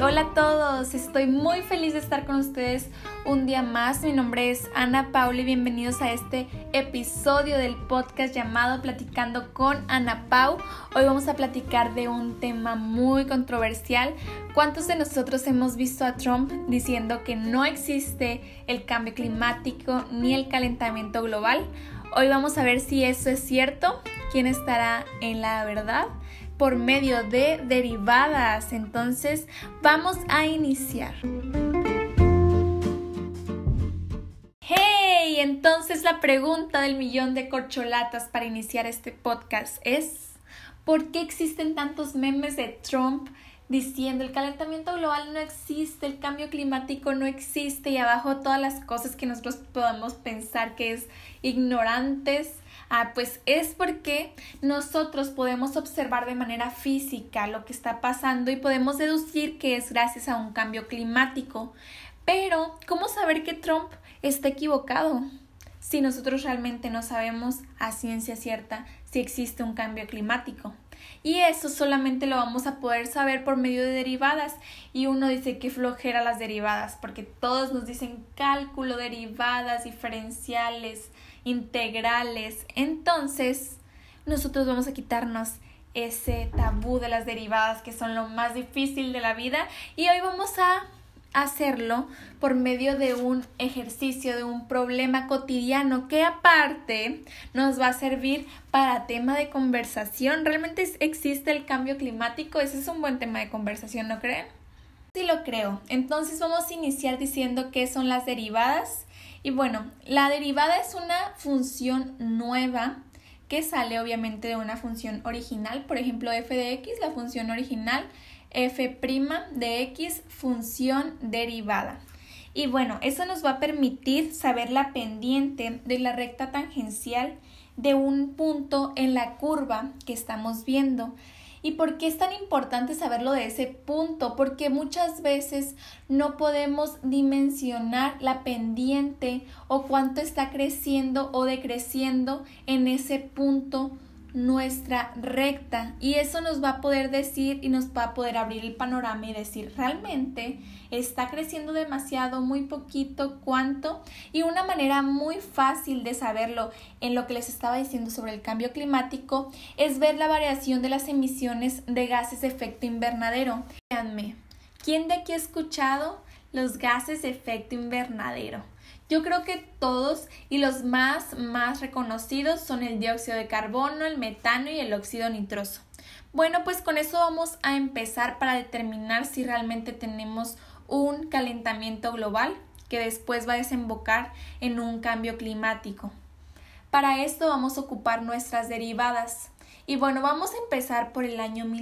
Hola a todos, estoy muy feliz de estar con ustedes un día más. Mi nombre es Ana Paula y bienvenidos a este episodio del podcast llamado Platicando con Ana Pau. Hoy vamos a platicar de un tema muy controversial. ¿Cuántos de nosotros hemos visto a Trump diciendo que no existe el cambio climático ni el calentamiento global? Hoy vamos a ver si eso es cierto, quién estará en la verdad por medio de derivadas. Entonces, vamos a iniciar. ¡Hey! Entonces la pregunta del millón de corcholatas para iniciar este podcast es: ¿por qué existen tantos memes de Trump diciendo el calentamiento global no existe, el cambio climático no existe y abajo todas las cosas que nosotros podemos pensar que es ignorantes? Pues es porque nosotros podemos observar de manera física lo que está pasando y podemos deducir que es gracias a un cambio climático. Pero, ¿cómo saber que Trump está equivocado si nosotros realmente no sabemos a ciencia cierta si existe un cambio climático? Y eso solamente lo vamos a poder saber por medio de derivadas. Y uno dice que flojera las derivadas, porque todos nos dicen cálculo, derivadas, diferenciales, integrales. Entonces, nosotros vamos a quitarnos ese tabú de las derivadas, que son lo más difícil de la vida. Y hoy vamos a hacerlo por medio de un ejercicio, de un problema cotidiano que aparte nos va a servir para tema de conversación. ¿Realmente existe el cambio climático? Ese es un buen tema de conversación, ¿no creen? Sí lo creo. Entonces vamos a iniciar diciendo qué son las derivadas. Y bueno, la derivada es una función nueva que sale obviamente de una función original. Por ejemplo, f de x, la función original, f' de x, función derivada. Y bueno, eso nos va a permitir saber la pendiente de la recta tangencial de un punto en la curva que estamos viendo. ¿Y por qué es tan importante saberlo de ese punto? Porque muchas veces no podemos dimensionar la pendiente o cuánto está creciendo o decreciendo en ese punto nuestra recta, y eso nos va a poder decir y nos va a poder abrir el panorama y decir realmente está creciendo demasiado, muy poquito, cuánto. Y una manera muy fácil de saberlo en lo que les estaba diciendo sobre el cambio climático es ver la variación de las emisiones de gases de efecto invernadero. Díganme, ¿quién de aquí ha escuchado los gases de efecto invernadero? Yo creo que todos, y los más reconocidos son el dióxido de carbono, el metano y el óxido nitroso. Bueno, pues con eso vamos a empezar para determinar si realmente tenemos un calentamiento global que después va a desembocar en un cambio climático. Para esto vamos a ocupar nuestras derivadas. Y bueno, vamos a empezar por el año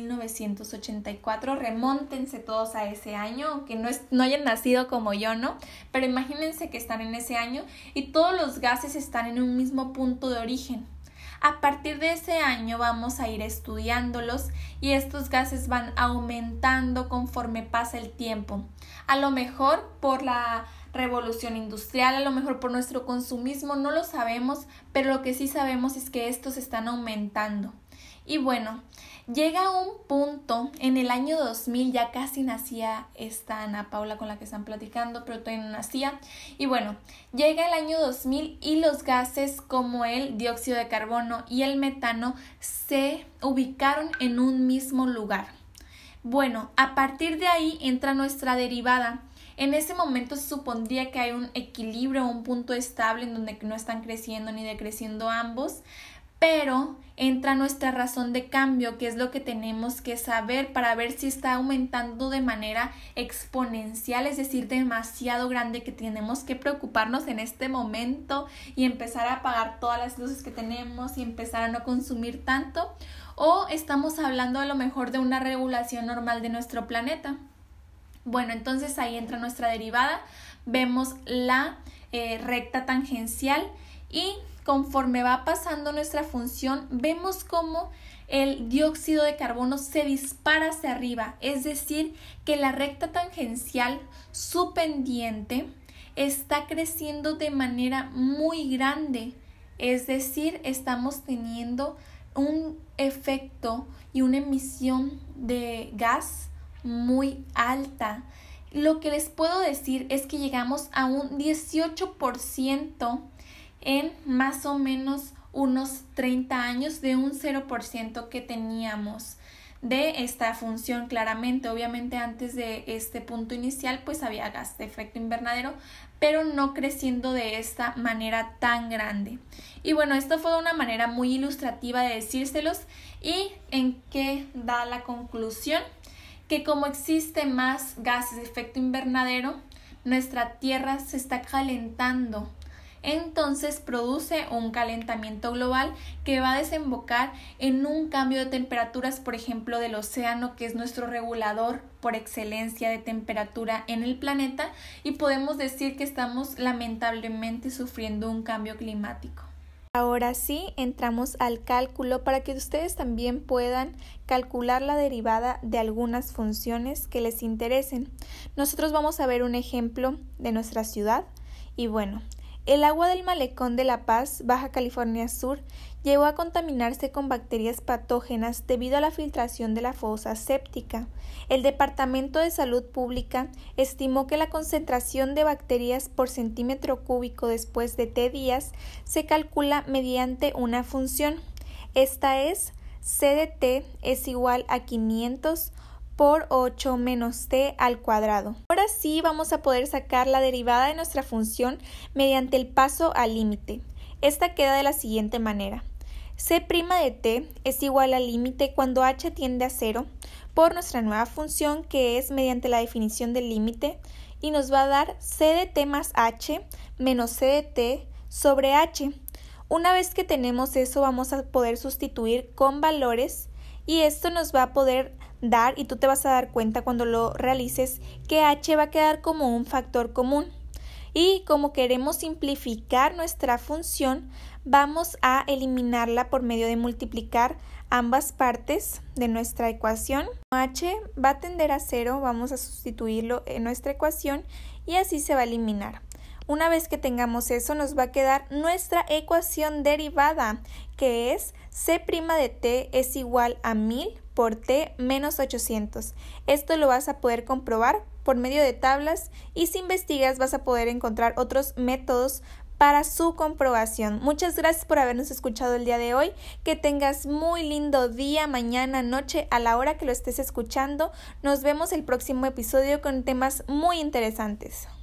1984, remóntense todos a ese año, aunque no hayan nacido como yo, ¿no? Pero imagínense que están en ese año y todos los gases están en un mismo punto de origen. A partir de ese año vamos a ir estudiándolos y estos gases van aumentando conforme pasa el tiempo. A lo mejor por la revolución industrial, a lo mejor por nuestro consumismo, no lo sabemos, pero lo que sí sabemos es que estos están aumentando. Y bueno, llega un punto en el año 2000, ya casi nacía esta Ana Paula con la que están platicando, pero todavía no nacía. Y bueno, llega el año 2000 y los gases como el dióxido de carbono y el metano se ubicaron en un mismo lugar. Bueno, a partir de ahí entra nuestra derivada. En ese momento se supondría que hay un equilibrio, un punto estable en donde no están creciendo ni decreciendo ambos, pero entra nuestra razón de cambio, que es lo que tenemos que saber para ver si está aumentando de manera exponencial, es decir, demasiado grande, que tenemos que preocuparnos en este momento y empezar a apagar todas las luces que tenemos y empezar a no consumir tanto, o estamos hablando a lo mejor de una regulación normal de nuestro planeta. Bueno, entonces ahí entra nuestra derivada, vemos la recta tangencial y conforme va pasando nuestra función, vemos cómo el dióxido de carbono se dispara hacia arriba, es decir, que la recta tangencial, su pendiente, está creciendo de manera muy grande, es decir, estamos teniendo un efecto y una emisión de gas muy alta. Lo que les puedo decir es que llegamos a un 18% en más o menos unos 30 años de un 0% que teníamos de esta función. Claramente, obviamente antes de este punto inicial pues había gas de efecto invernadero, pero no creciendo de esta manera tan grande. Y bueno, esto fue una manera muy ilustrativa de decírselos. ¿Y en qué da la conclusión? Que como existe más gases de efecto invernadero, nuestra Tierra se está calentando. Entonces produce un calentamiento global que va a desembocar en un cambio de temperaturas, por ejemplo, del océano, que es nuestro regulador por excelencia de temperatura en el planeta, y podemos decir que estamos lamentablemente sufriendo un cambio climático. Ahora sí, entramos al cálculo para que ustedes también puedan calcular la derivada de algunas funciones que les interesen. Nosotros vamos a ver un ejemplo de nuestra ciudad y bueno, el agua del malecón de La Paz, Baja California Sur, llegó a contaminarse con bacterias patógenas debido a la filtración de la fosa séptica. El Departamento de Salud Pública estimó que la concentración de bacterias por centímetro cúbico después de T días se calcula mediante una función. Esta es C de T es igual a 500 por 8 menos t al cuadrado. Ahora sí vamos a poder sacar la derivada de nuestra función mediante el paso al límite. Esta queda de la siguiente manera. C' de t es igual al límite cuando h tiende a 0 por nuestra nueva función que es mediante la definición del límite y nos va a dar c de t más h menos c de t sobre h. Una vez que tenemos eso vamos a poder sustituir con valores y esto nos va a poder dar, y tú te vas a dar cuenta cuando lo realices, que h va a quedar como un factor común. Y como queremos simplificar nuestra función, vamos a eliminarla por medio de multiplicar ambas partes de nuestra ecuación. H va a tender a 0, vamos a sustituirlo en nuestra ecuación y así se va a eliminar. Una vez que tengamos eso, nos va a quedar nuestra ecuación derivada, que es C' de t es igual a 1000 por t menos 800. Esto lo vas a poder comprobar por medio de tablas y si investigas vas a poder encontrar otros métodos para su comprobación. Muchas gracias por habernos escuchado el día de hoy. Que tengas muy lindo día, mañana, noche, a la hora que lo estés escuchando. Nos vemos el próximo episodio con temas muy interesantes.